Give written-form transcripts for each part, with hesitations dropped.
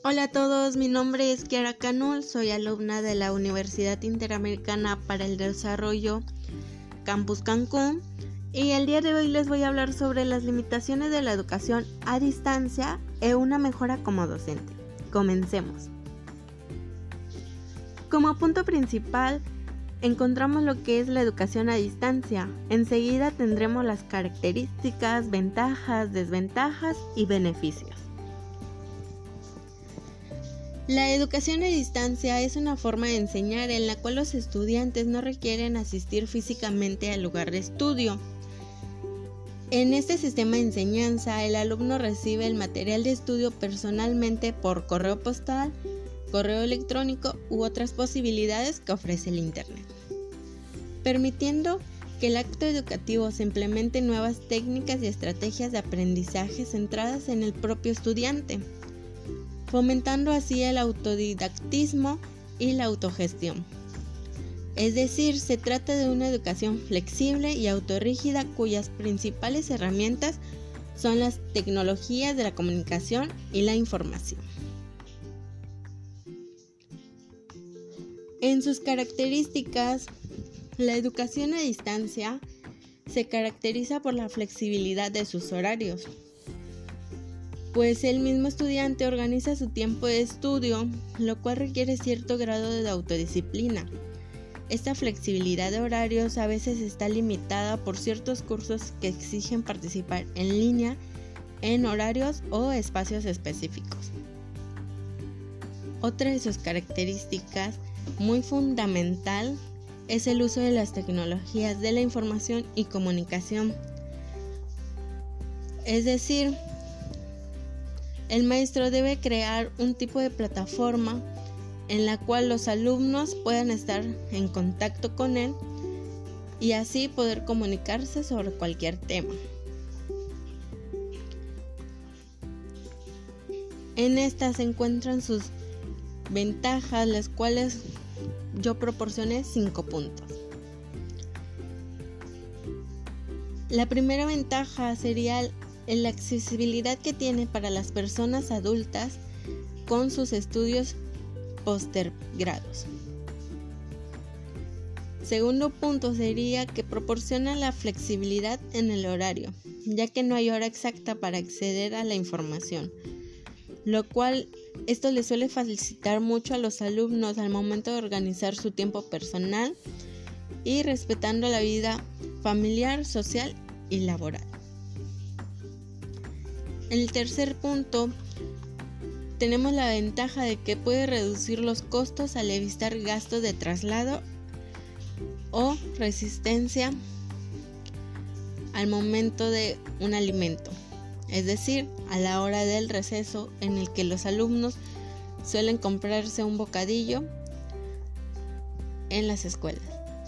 Hola a todos, mi nombre es Kiara Canul, soy alumna de la Universidad Interamericana para el Desarrollo Campus Cancún y el día de hoy les voy a hablar sobre las limitaciones de la educación a distancia y una mejora como docente. Comencemos. Como punto principal encontramos lo que es la educación a distancia. Enseguida tendremos las características, ventajas, desventajas y beneficios. La educación a distancia es una forma de enseñar en la cual los estudiantes no requieren asistir físicamente al lugar de estudio. En este sistema de enseñanza, el alumno recibe el material de estudio personalmente por correo postal, correo electrónico u otras posibilidades que ofrece el Internet, permitiendo que el acto educativo se implemente nuevas técnicas y estrategias de aprendizaje centradas en el propio estudiante, fomentando así el autodidactismo y la autogestión. Es decir, se trata de una educación flexible y autorrígida cuyas principales herramientas son las tecnologías de la comunicación y la información. En sus características, la educación a distancia se caracteriza por la flexibilidad de sus horarios, pues el mismo estudiante organiza su tiempo de estudio, lo cual requiere cierto grado de autodisciplina. Esta flexibilidad de horarios a veces está limitada por ciertos cursos que exigen participar en línea en horarios o espacios específicos. Otra de sus características muy fundamental es el uso de las tecnologías de la información y comunicación. Es decir, el maestro debe crear un tipo de plataforma en la cual los alumnos puedan estar en contacto con él y así poder comunicarse sobre cualquier tema. En esta se encuentran sus ventajas, las cuales yo proporcioné 5 puntos. La primera ventaja sería la accesibilidad que tiene para las personas adultas con sus estudios postergrados. Segundo punto sería que proporciona la flexibilidad en el horario, ya que no hay hora exacta para acceder a la información, lo cual esto le suele facilitar mucho a los alumnos al momento de organizar su tiempo personal y respetando la vida familiar, social y laboral. En el tercer punto, tenemos la ventaja de que puede reducir los costos al evitar gastos de traslado o resistencia al momento de un alimento, es decir, a la hora del receso en el que los alumnos suelen comprarse un bocadillo en las escuelas.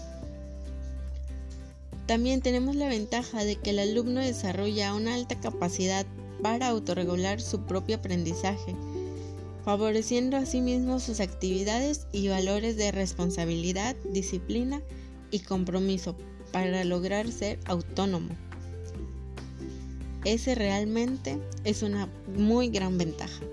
También tenemos la ventaja de que el alumno desarrolla una alta capacidad para autorregular su propio aprendizaje, favoreciendo asimismo sus actividades y valores de responsabilidad, disciplina y compromiso para lograr ser autónomo. Ese realmente es una muy gran ventaja.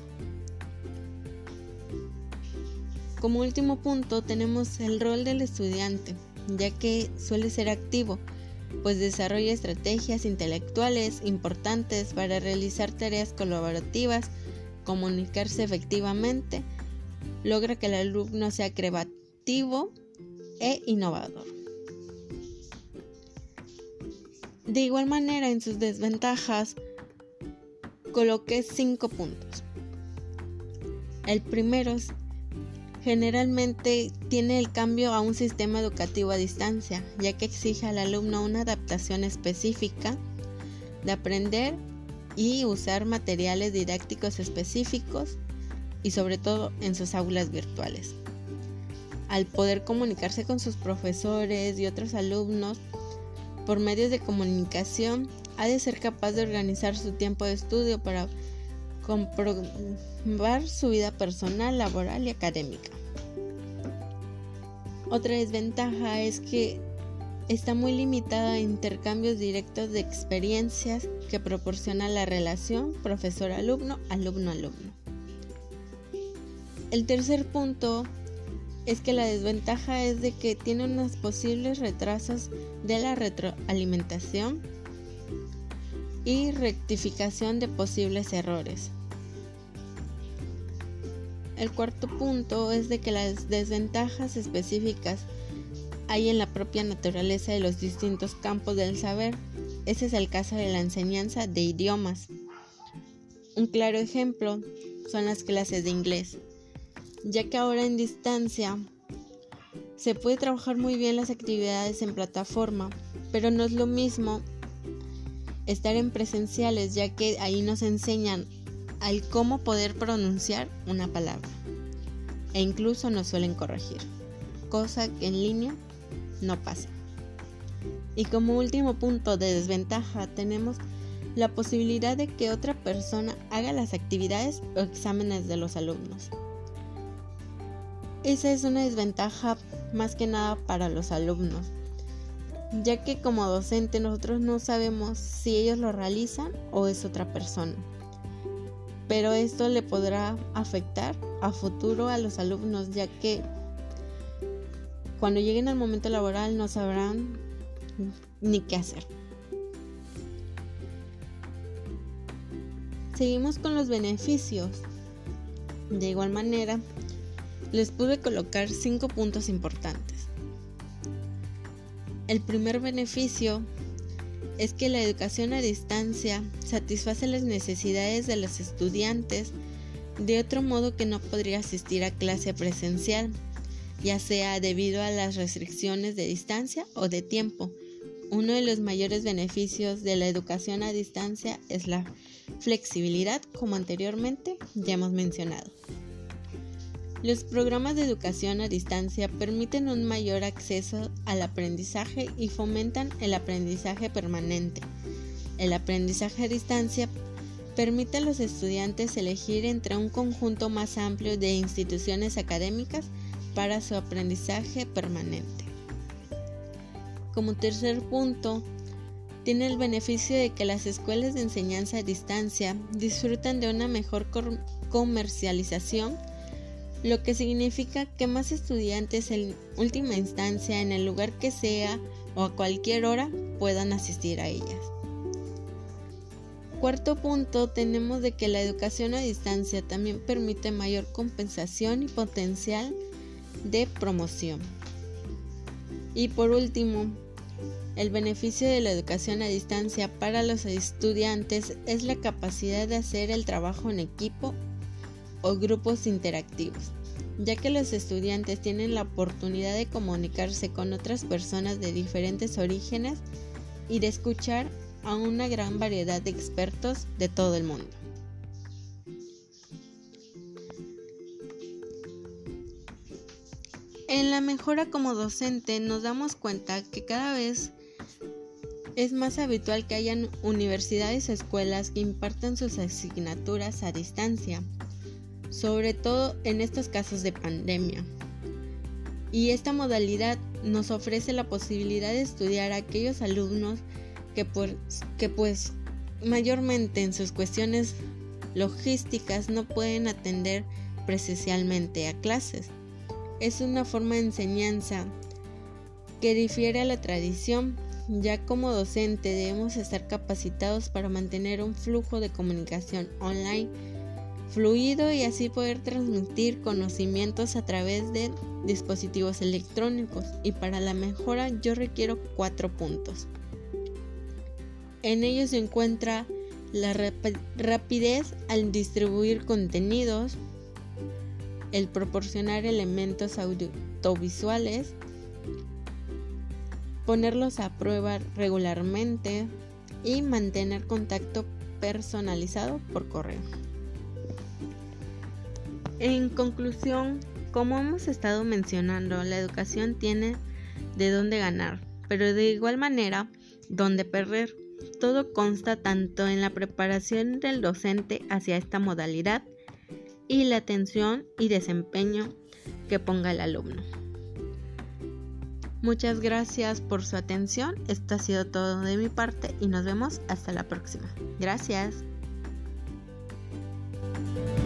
Como último punto tenemos el rol del estudiante, ya que suele ser activo, pues desarrolla estrategias intelectuales importantes para realizar tareas colaborativas, comunicarse efectivamente, logra que el alumno sea creativo e innovador. De igual manera, en sus desventajas, coloqué 5 puntos. El primero generalmente tiene el cambio a un sistema educativo a distancia, ya que exige al alumno una adaptación específica de aprender y usar materiales didácticos específicos y sobre todo en sus aulas virtuales. Al poder comunicarse con sus profesores y otros alumnos por medios de comunicación, ha de ser capaz de organizar su tiempo de estudio para comprobar su vida personal, laboral y académica. Otra desventaja es que está muy limitada a intercambios directos de experiencias que proporciona la relación profesor-alumno, alumno-alumno. El tercer punto es que la desventaja es de que tiene unos posibles retrasos de la retroalimentación y rectificación de posibles errores. El cuarto punto es de que las desventajas específicas hay en la propia naturaleza de los distintos campos del saber. Ese es el caso de la enseñanza de idiomas. Un claro ejemplo son las clases de inglés, ya que ahora en distancia se puede trabajar muy bien las actividades en plataforma, pero no es lo mismo estar en presenciales, ya que ahí nos enseñan al cómo poder pronunciar una palabra e incluso nos suelen corregir, cosa que en línea no pasa. Y como último punto de desventaja tenemos la posibilidad de que otra persona haga las actividades o exámenes de los alumnos. Esa es una desventaja más que nada para los alumnos, ya que como docente nosotros no sabemos si ellos lo realizan o es otra persona. Pero esto le podrá afectar a futuro a los alumnos, ya que cuando lleguen al momento laboral no sabrán ni qué hacer. Seguimos con los beneficios. De igual manera, les pude colocar 5 puntos importantes. El primer beneficio es que la educación a distancia satisface las necesidades de los estudiantes de otro modo que no podría asistir a clase presencial, ya sea debido a las restricciones de distancia o de tiempo. Uno de los mayores beneficios de la educación a distancia es la flexibilidad, como anteriormente ya hemos mencionado. Los programas de educación a distancia permiten un mayor acceso al aprendizaje y fomentan el aprendizaje permanente. El aprendizaje a distancia permite a los estudiantes elegir entre un conjunto más amplio de instituciones académicas para su aprendizaje permanente. Como tercer punto, tiene el beneficio de que las escuelas de enseñanza a distancia disfrutan de una mejor comercialización, lo que significa que más estudiantes en última instancia, en el lugar que sea o a cualquier hora, puedan asistir a ellas. Cuarto punto, tenemos de que la educación a distancia también permite mayor compensación y potencial de promoción. Y por último, el beneficio de la educación a distancia para los estudiantes es la capacidad de hacer el trabajo en equipo o grupos interactivos, ya que los estudiantes tienen la oportunidad de comunicarse con otras personas de diferentes orígenes y de escuchar a una gran variedad de expertos de todo el mundo. En la mejora como docente nos damos cuenta que cada vez es más habitual que hayan universidades o escuelas que impartan sus asignaturas a distancia, sobre todo en estos casos de pandemia. Y esta modalidad nos ofrece la posibilidad de estudiar a aquellos alumnos que pues mayormente en sus cuestiones logísticas no pueden atender presencialmente a clases. Es una forma de enseñanza que difiere a la tradición, ya como docente debemos estar capacitados para mantener un flujo de comunicación online fluido y así poder transmitir conocimientos a través de dispositivos electrónicos. Y para la mejora yo requiero 4 puntos. En ellos se encuentra la rapidez al distribuir contenidos, el proporcionar elementos audiovisuales, ponerlos a prueba regularmente y mantener contacto personalizado por correo. En conclusión, como hemos estado mencionando, la educación tiene de dónde ganar, pero de igual manera dónde perder. Todo consta tanto en la preparación del docente hacia esta modalidad y la atención y desempeño que ponga el alumno. Muchas gracias por su atención. Esto ha sido todo de mi parte y nos vemos hasta la próxima. Gracias.